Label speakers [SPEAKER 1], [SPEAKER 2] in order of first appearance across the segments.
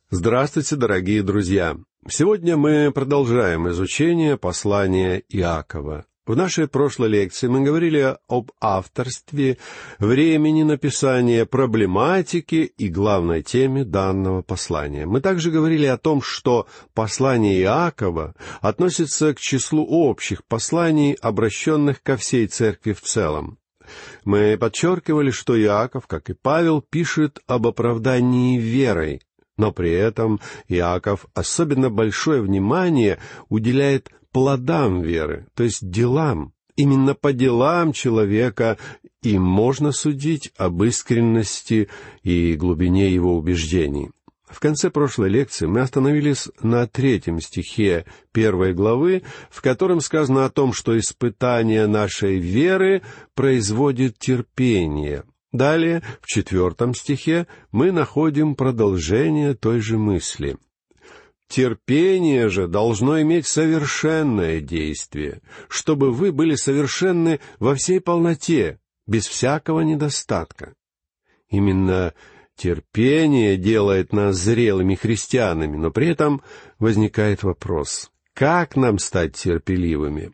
[SPEAKER 1] Здравствуйте, дорогие друзья! Сегодня мы продолжаем изучение послания Иакова. В нашей прошлой лекции мы говорили об авторстве, времени написания, проблематике и главной теме данного послания. Мы также говорили о том, что послание Иакова относится к числу общих посланий, обращенных ко всей церкви в целом. Мы подчеркивали, что Иаков, как и Павел, пишет об оправдании верой, но при этом Иаков особенно большое внимание уделяет плодам веры, то есть делам. Именно по делам человека и можно судить об искренности и глубине его убеждений. В конце прошлой лекции мы остановились на 3 стихе 1 главы, в котором сказано о том, что испытание нашей веры производит терпение. Далее, в 4 стихе, мы находим продолжение той же мысли. Терпение же должно иметь совершенное действие, чтобы вы были совершенны во всей полноте, без всякого недостатка. Именно терпение делает нас зрелыми христианами, но при этом возникает вопрос, как нам стать терпеливыми?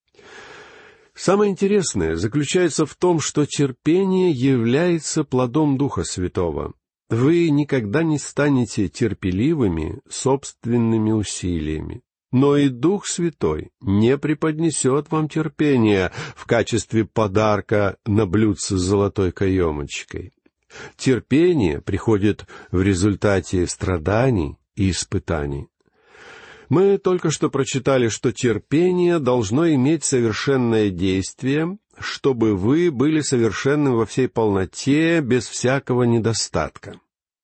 [SPEAKER 1] Самое интересное заключается в том, что терпение является плодом Духа Святого. Вы никогда не станете терпеливыми собственными усилиями. Но и Дух Святой не преподнесет вам терпения в качестве подарка на блюдце с золотой каемочкой. Терпение приходит в результате страданий и испытаний. Мы только что прочитали, что терпение должно иметь совершенное действие, чтобы вы были совершенны во всей полноте, без всякого недостатка.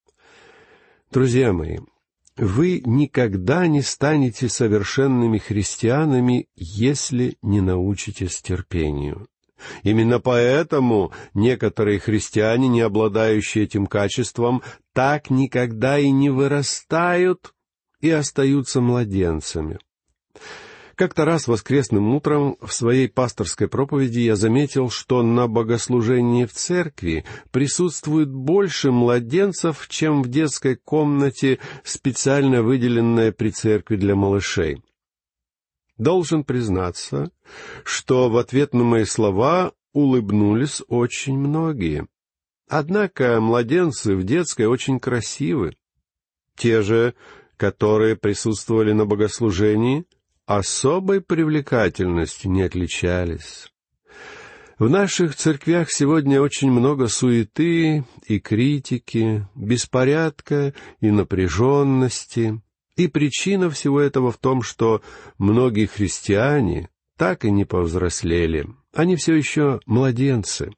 [SPEAKER 1] Друзья мои, вы никогда не станете совершенными христианами, если не научитесь терпению. Именно поэтому некоторые христиане, не обладающие этим качеством, так никогда и не вырастают и остаются младенцами. Как-то раз воскресным утром в своей пасторской проповеди я заметил, что на богослужении в церкви присутствует больше младенцев, чем в детской комнате, специально выделенной при церкви для малышей. Должен признаться, что в ответ на мои слова улыбнулись очень многие. Однако младенцы в детской очень красивы. Те же, которые присутствовали на богослужении, особой привлекательностью не отличались. В наших церквях сегодня очень много суеты и критики, беспорядка и напряженности. И причина всего этого в том, что многие христиане так и не повзрослели. Они все еще младенцы.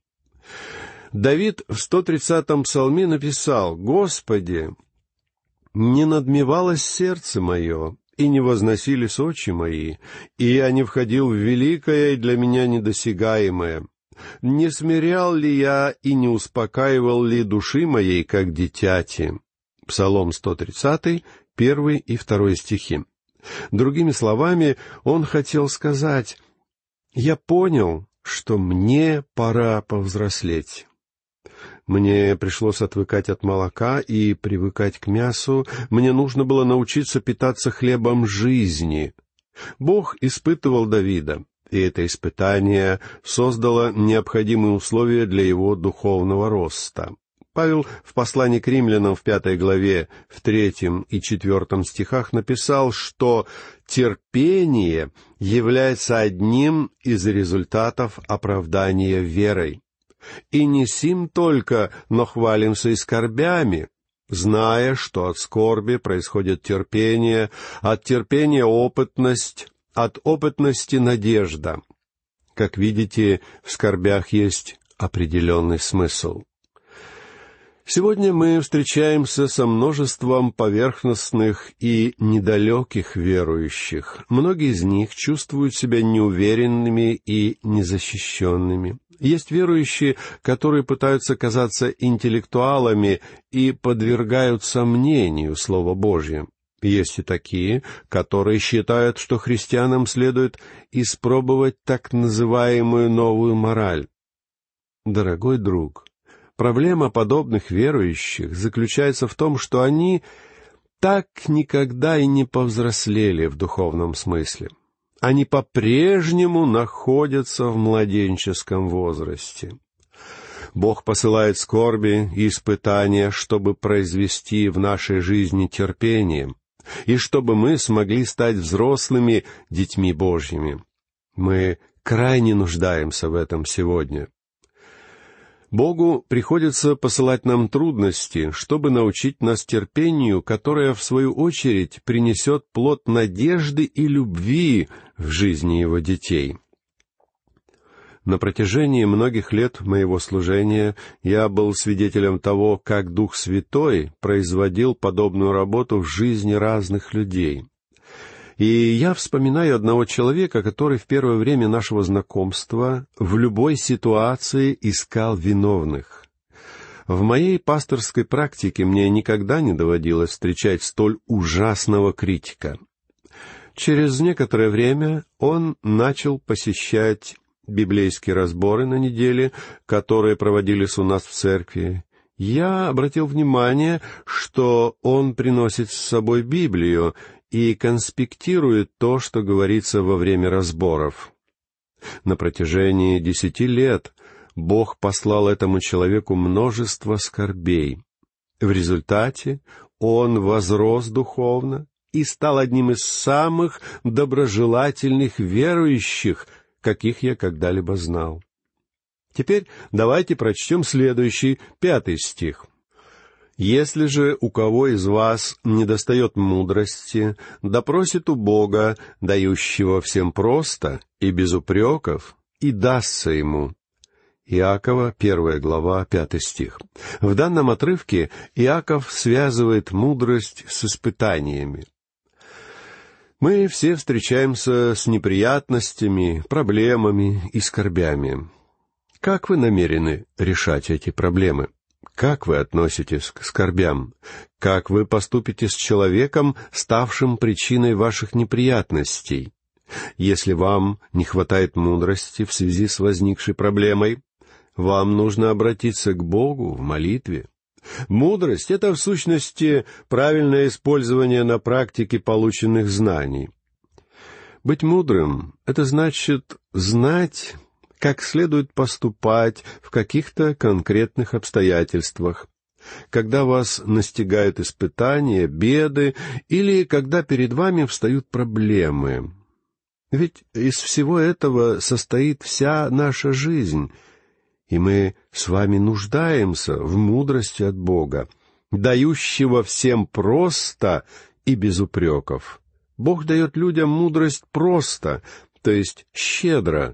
[SPEAKER 1] Давид в 130-м псалме написал: «Господи, не надмевалось сердце мое, и не возносились очи мои, и я не входил в великое и для меня недосягаемое. Не смирял ли я и не успокаивал ли души моей, как дитяти?» Псалом 130, 1 и 2 стихи. Другими словами, он хотел сказать: «Я понял, что мне пора повзрослеть. Мне пришлось отвыкать от молока и привыкать к мясу. Мне нужно было научиться питаться хлебом жизни». Бог испытывал Давида, и это испытание создало необходимые условия для его духовного роста. Павел в послании к римлянам в 5 главе, в 3 и 4 стихах написал, что терпение является одним из результатов оправдания верой. «И не сим только, но хвалимся и скорбями, зная, что от скорби происходит терпение, от терпения опытность, от опытности надежда». Как видите, в скорбях есть определенный смысл. Сегодня мы встречаемся со множеством поверхностных и недалеких верующих. Многие из них чувствуют себя неуверенными и незащищенными. Есть верующие, которые пытаются казаться интеллектуалами и подвергают сомнению Слово Божье. Есть и такие, которые считают, что христианам следует испробовать так называемую новую мораль. Дорогой друг, проблема подобных верующих заключается в том, что они так никогда и не повзрослели в духовном смысле. Они по-прежнему находятся в младенческом возрасте. Бог посылает скорби и испытания, чтобы произвести в нашей жизни терпение, и чтобы мы смогли стать взрослыми детьми Божьими. Мы крайне нуждаемся в этом сегодня. Богу приходится посылать нам трудности, чтобы научить нас терпению, которое, в свою очередь, принесет плод надежды и любви в жизни Его детей. На протяжении многих лет моего служения я был свидетелем того, как Дух Святой производил подобную работу в жизни разных людей. И я вспоминаю одного человека, который в первое время нашего знакомства в любой ситуации искал виновных. В моей пасторской практике мне никогда не доводилось встречать столь ужасного критика. Через некоторое время он начал посещать библейские разборы на неделе, которые проводились у нас в церкви. Я обратил внимание, что он приносит с собой Библию и конспектирует то, что говорится во время разборов. На протяжении 10 лет Бог послал этому человеку множество скорбей. В результате он возрос духовно и стал одним из самых доброжелательных верующих, каких я когда-либо знал. Теперь давайте прочтем следующий, 5 стих. «Если же у кого из вас недостает мудрости, да просит у Бога, дающего всем просто и без упреков, и дастся ему». Иакова, 1 глава, 5 стих. В данном отрывке Иаков связывает мудрость с испытаниями. Мы все встречаемся с неприятностями, проблемами и скорбями. Как вы намерены решать эти проблемы? Как вы относитесь к скорбям? Как вы поступите с человеком, ставшим причиной ваших неприятностей? Если вам не хватает мудрости в связи с возникшей проблемой, вам нужно обратиться к Богу в молитве. Мудрость — это, в сущности, правильное использование на практике полученных знаний. Быть мудрым — это значит знать, как следует поступать в каких-то конкретных обстоятельствах, когда вас настигают испытания, беды или когда перед вами встают проблемы. Ведь из всего этого состоит вся наша жизнь, и мы с вами нуждаемся в мудрости от Бога, дающего всем просто и без упреков. Бог дает людям мудрость просто, то есть щедро.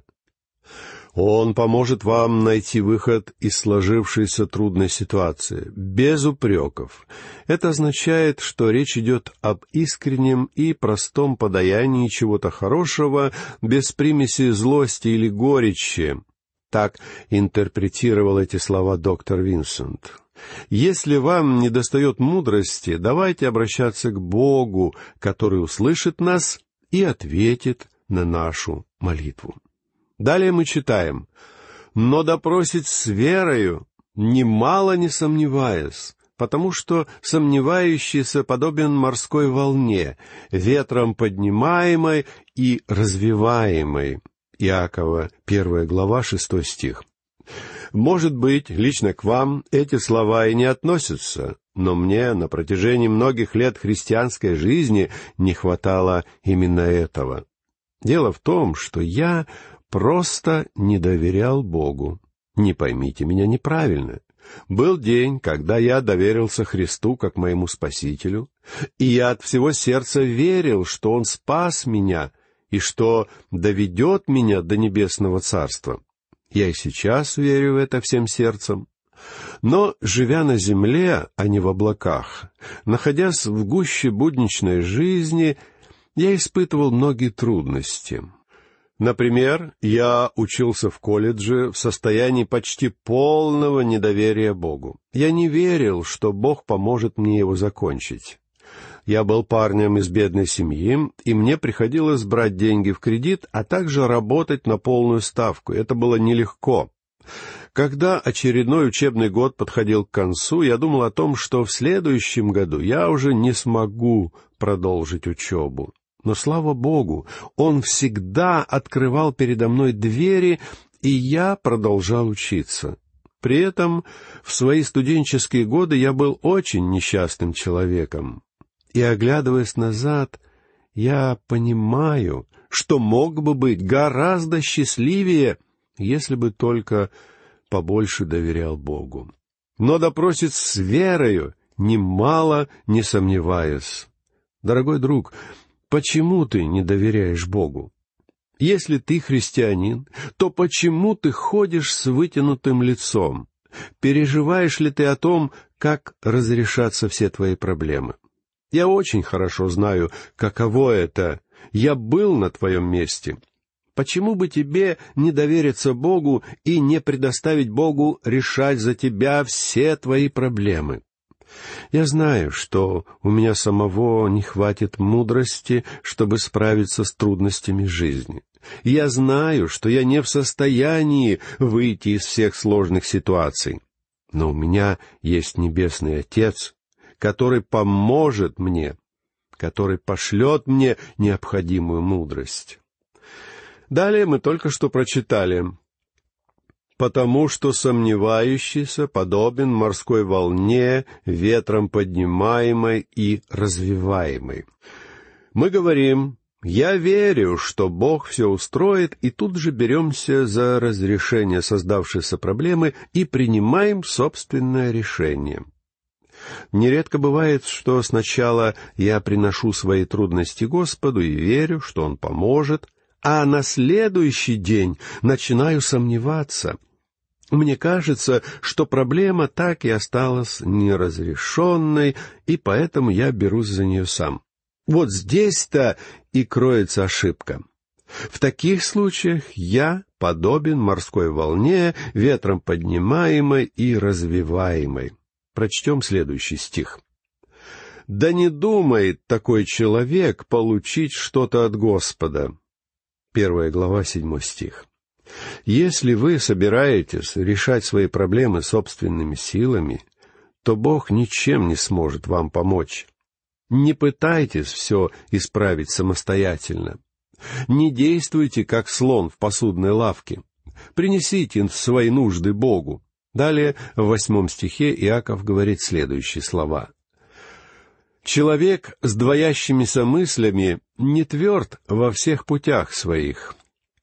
[SPEAKER 1] Он поможет вам найти выход из сложившейся трудной ситуации, без упреков. Это означает, что речь идет об искреннем и простом подаянии чего-то хорошего, без примеси злости или горечи. Так интерпретировал эти слова доктор Винсент. Если вам недостает мудрости, давайте обращаться к Богу, который услышит нас и ответит на нашу молитву. Далее мы читаем: «Но допросить с верою, немало не сомневаясь, потому что сомневающийся подобен морской волне, ветром поднимаемой и развиваемой». Иакова, 1 глава, 6 стих. Может быть, лично к вам эти слова и не относятся, но мне на протяжении многих лет христианской жизни не хватало именно этого. Дело в том, что я просто не доверял Богу. Не поймите меня неправильно. Был день, когда я доверился Христу как моему Спасителю, и я от всего сердца верил, что Он спас меня и что доведет меня до небесного царства. Я и сейчас верю в это всем сердцем. Но, живя на земле, а не в облаках, находясь в гуще будничной жизни, я испытывал многие трудности. Например, я учился в колледже в состоянии почти полного недоверия Богу. Я не верил, что Бог поможет мне его закончить. Я был парнем из бедной семьи, и мне приходилось брать деньги в кредит, а также работать на полную ставку. Это было нелегко. Когда очередной учебный год подходил к концу, я думал о том, что в следующем году я уже не смогу продолжить учебу. Но, слава Богу, Он всегда открывал передо мной двери, и я продолжал учиться. При этом в свои студенческие годы я был очень несчастным человеком. И, оглядываясь назад, я понимаю, что мог бы быть гораздо счастливее, если бы только побольше доверял Богу. Но допросит с верою, немало не сомневаясь. Дорогой друг, почему ты не доверяешь Богу? Если ты христианин, то почему ты ходишь с вытянутым лицом? Переживаешь ли ты о том, как разрешатся все твои проблемы? Я очень хорошо знаю, каково это. Я был на твоем месте. Почему бы тебе не довериться Богу и не предоставить Богу решать за тебя все твои проблемы? Я знаю, что у меня самого не хватит мудрости, чтобы справиться с трудностями жизни. Я знаю, что я не в состоянии выйти из всех сложных ситуаций. Но у меня есть Небесный Отец, который поможет мне, который пошлет мне необходимую мудрость. Далее мы только что прочитали: «Потому что сомневающийся подобен морской волне, ветром поднимаемой и развиваемой». Мы говорим: «Я верю, что Бог все устроит», и тут же беремся за разрешение создавшейся проблемы и принимаем собственное решение. Нередко бывает, что сначала я приношу свои трудности Господу и верю, что Он поможет, а на следующий день начинаю сомневаться. Мне кажется, что проблема так и осталась неразрешенной, и поэтому я берусь за нее сам. Вот здесь-то и кроется ошибка. В таких случаях я подобен морской волне, ветром поднимаемой и развиваемой. Прочтем следующий стих. «Да не думает такой человек получить что-то от Господа». 1 глава, 7 стих. Если вы собираетесь решать свои проблемы собственными силами, то Бог ничем не сможет вам помочь. Не пытайтесь все исправить самостоятельно. Не действуйте, как слон в посудной лавке. Принесите свои нужды Богу. Далее, в 8 стихе, Иаков говорит следующие слова. «Человек с двоящимися мыслями не тверд во всех путях своих».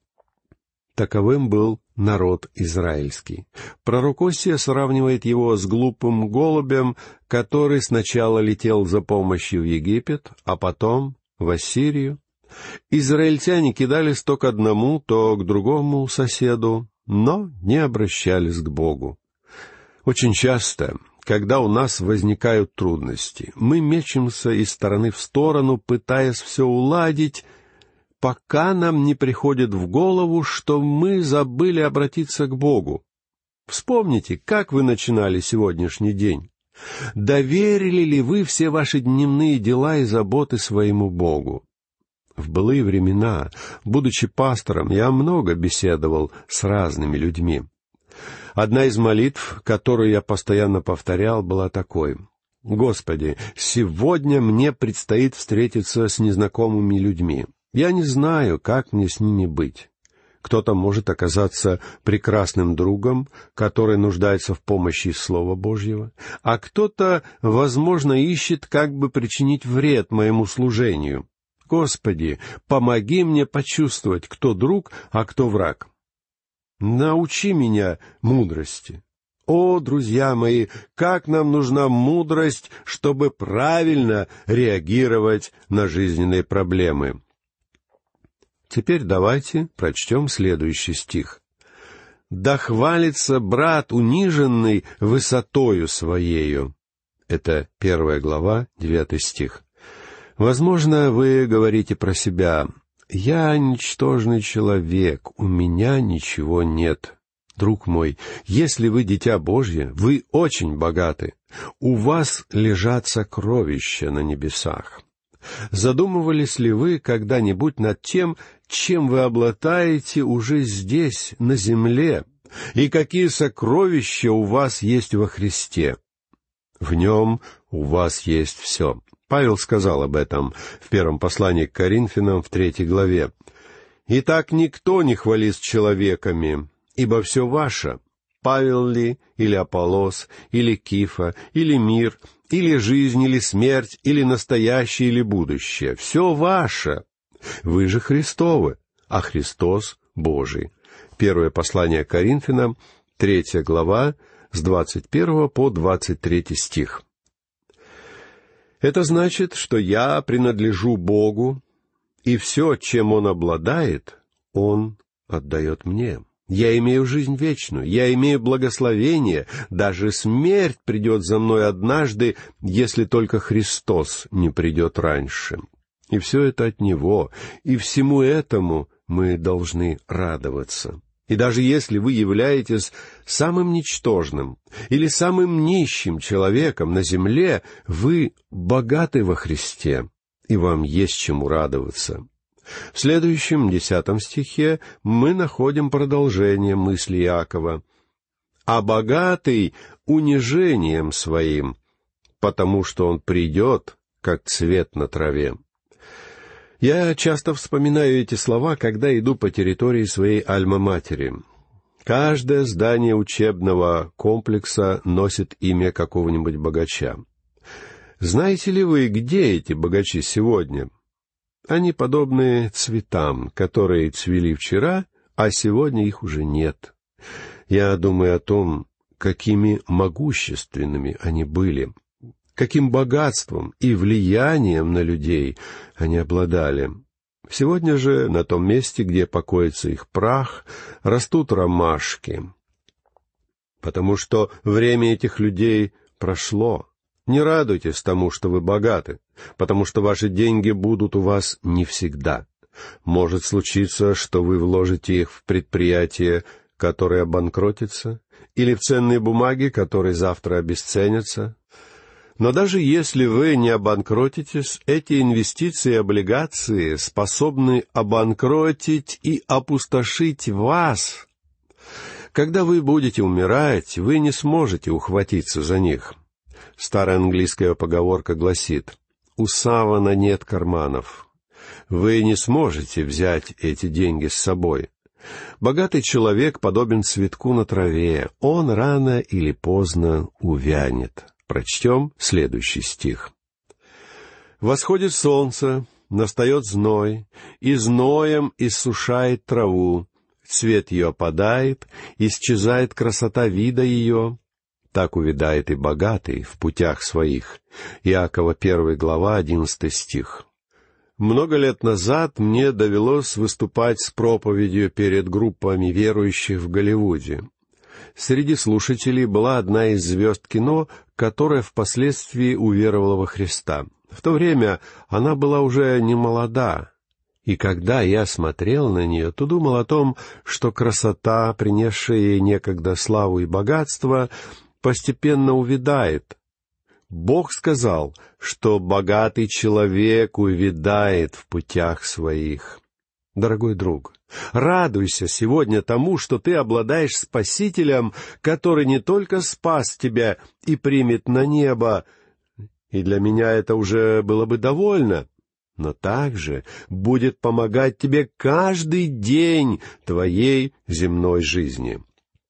[SPEAKER 1] Таковым был народ израильский. Пророк Осия сравнивает его с глупым голубем, который сначала летел за помощью в Египет, а потом в Ассирию. Израильтяне кидались то к одному, то к другому соседу, но не обращались к Богу. Очень часто, когда у нас возникают трудности, мы мечемся из стороны в сторону, пытаясь все уладить, пока нам не приходит в голову, что мы забыли обратиться к Богу. Вспомните, как вы начинали сегодняшний день. Доверили ли вы все ваши дневные дела и заботы своему Богу? В былые времена, будучи пастором, я много беседовал с разными людьми. Одна из молитв, которую я постоянно повторял, была такой: «Господи, сегодня мне предстоит встретиться с незнакомыми людьми. Я не знаю, как мне с ними быть. Кто-то может оказаться прекрасным другом, который нуждается в помощи из Слова Божьего, а кто-то, возможно, ищет, как бы причинить вред моему служению. Господи, помоги мне почувствовать, кто друг, а кто враг. Научи меня мудрости». О, друзья мои, как нам нужна мудрость, чтобы правильно реагировать на жизненные проблемы. Теперь давайте прочтем следующий стих. «Да хвалится брат униженный высотою своею». Это 1 глава, 9 стих. Возможно, вы говорите про себя: «Я ничтожный человек, у меня ничего нет». Друг мой, если вы дитя Божье, вы очень богаты. У вас лежат сокровища на небесах. Задумывались ли вы когда-нибудь над тем, чем вы обладаете уже здесь, на земле, и какие сокровища у вас есть во Христе. В Нем у вас есть все». Павел сказал об этом в первом послании к Коринфянам в 3 главе. «Итак, никто не хвалит человеками, ибо все ваше, Павел ли, или Аполлос, или Кифа, или мир, или жизнь, или смерть, или настоящее, или будущее. Все ваше. Вы же Христовы, а Христос Божий». Первое послание к Коринфянам, 3 глава, с 21 по 23 стих. Это значит, что я принадлежу Богу, и все, чем Он обладает, Он отдает мне. Я имею жизнь вечную, я имею благословение, даже смерть придет за мной однажды, если только Христос не придет раньше. И все это от Него, и всему этому мы должны радоваться. И даже если вы являетесь самым ничтожным или самым нищим человеком на земле, вы богаты во Христе, и вам есть чему радоваться. В следующем 10 стихе мы находим продолжение мысли Иакова. «А богатый унижением своим, потому что он придет, как цвет на траве». Я часто вспоминаю эти слова, когда иду по территории своей альма-матери. Каждое здание учебного комплекса носит имя какого-нибудь богача. Знаете ли вы, где эти богачи сегодня? Они подобны цветам, которые цвели вчера, а сегодня их уже нет. Я думаю о том, какими могущественными они были, каким богатством и влиянием на людей они обладали. Сегодня же на том месте, где покоится их прах, растут ромашки. Потому что время этих людей прошло. Не радуйтесь тому, что вы богаты, потому что ваши деньги будут у вас не всегда. Может случиться, что вы вложите их в предприятие, которое обанкротится, или в ценные бумаги, которые завтра обесценятся. Но даже если вы не обанкротитесь, эти инвестиции и облигации способны обанкротить и опустошить вас. Когда вы будете умирать, вы не сможете ухватиться за них. Старая английская поговорка гласит: «У савана нет карманов». Вы не сможете взять эти деньги с собой. Богатый человек подобен цветку на траве, он рано или поздно увянет. Прочтем следующий стих. «Восходит солнце, настает зной, и зноем иссушает траву, цвет ее опадает, исчезает красота вида ее. Так увядает и богатый в путях своих». Иакова 1 глава, 11 стих. Много лет назад мне довелось выступать с проповедью перед группами верующих в Голливуде. Среди слушателей была одна из звезд кино, которая впоследствии уверовала во Христа. В то время она была уже не молода, и когда я смотрел на нее, то думал о том, что красота, принесшая ей некогда славу и богатство, постепенно увядает. Бог сказал, что богатый человек увядает в путях своих. Дорогой друг, радуйся сегодня тому, что ты обладаешь Спасителем, который не только спас тебя и примет на небо, и для меня это уже было бы довольно, но также будет помогать тебе каждый день твоей земной жизни.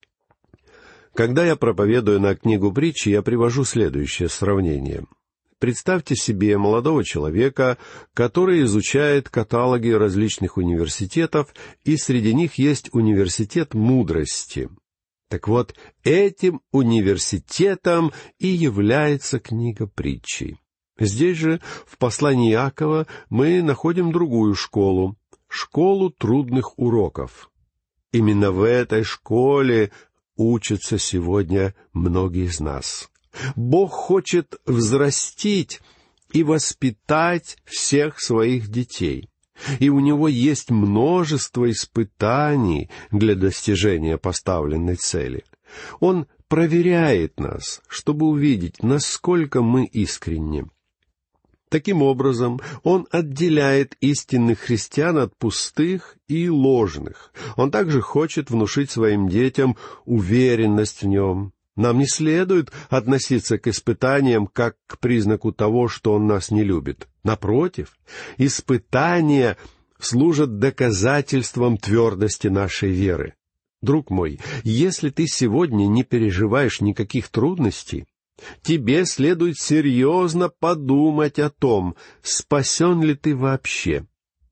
[SPEAKER 1] Когда я проповедую на книгу притчи, я привожу следующее сравнение. Представьте себе молодого человека, который изучает каталоги различных университетов, и среди них есть университет мудрости. Так вот, этим университетом и является книга притчи. Здесь же, в послании Иакова, мы находим другую школу — школу трудных уроков. Именно в этой школе учатся сегодня многие из нас. Бог хочет взрастить и воспитать всех своих детей, и у Него есть множество испытаний для достижения поставленной цели. Он проверяет нас, чтобы увидеть, насколько мы искренни. Таким образом, он отделяет истинных христиан от пустых и ложных. Он также хочет внушить своим детям уверенность в нем. Нам не следует относиться к испытаниям как к признаку того, что он нас не любит. Напротив, испытания служат доказательством твердости нашей веры. Друг мой, если ты сегодня не переживаешь никаких трудностей, тебе следует серьезно подумать о том, спасен ли ты вообще.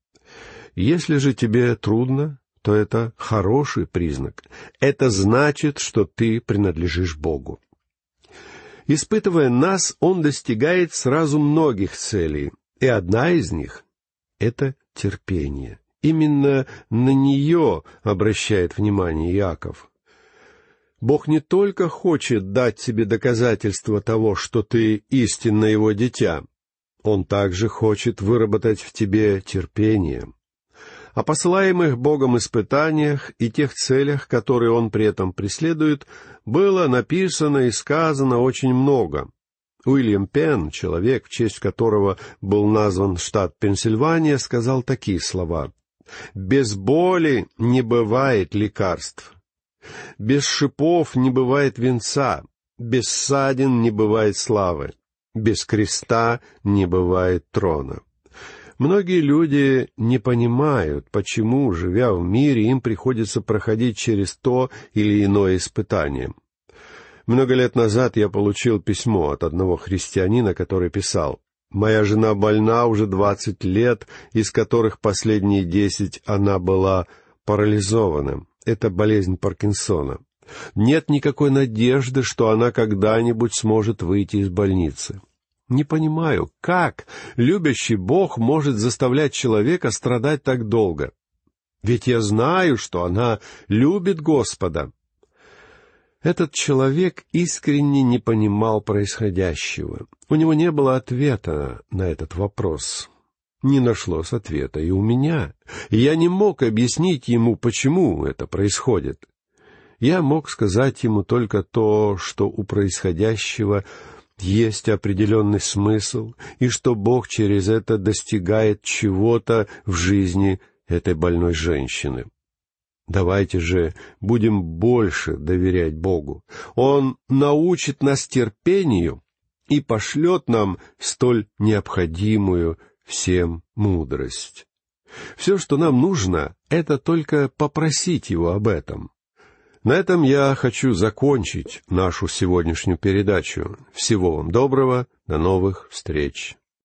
[SPEAKER 1] Если же тебе трудно, то это хороший признак. Это значит, что ты принадлежишь Богу. Испытывая нас, Он достигает сразу многих целей, и одна из них — это терпение. Именно на нее обращает внимание Иаков. Бог не только хочет дать тебе доказательство того, что ты истинно Его дитя, Он также хочет выработать в тебе терпение. О посылаемых Богом испытаниях и тех целях, которые Он при этом преследует, было написано и сказано очень много. Уильям Пенн, человек, в честь которого был назван штат Пенсильвания, сказал такие слова: «Без боли не бывает лекарств. Без шипов не бывает венца, без ссадин не бывает славы, без креста не бывает трона». Многие люди не понимают, почему, живя в мире, им приходится проходить через то или иное испытание. Много лет назад я получил письмо от одного христианина, который писал: «Моя жена больна уже 20 лет, из которых последние 10 она была парализована. Это болезнь Паркинсона. Нет никакой надежды, что она когда-нибудь сможет выйти из больницы. Не понимаю, как любящий Бог может заставлять человека страдать так долго? Ведь я знаю, что она любит Господа». Этот человек искренне не понимал происходящего. У него не было ответа на этот вопрос. Не нашлось ответа и у меня. Я не мог объяснить ему, почему это происходит. Я мог сказать ему только то, что у происходящего есть определенный смысл, и что Бог через это достигает чего-то в жизни этой больной женщины. Давайте же будем больше доверять Богу. Он научит нас терпению и пошлет нам столь необходимую всем мудрость. Все, что нам нужно, это только попросить Его об этом. На этом я хочу закончить нашу сегодняшнюю передачу. Всего вам доброго, до новых встреч.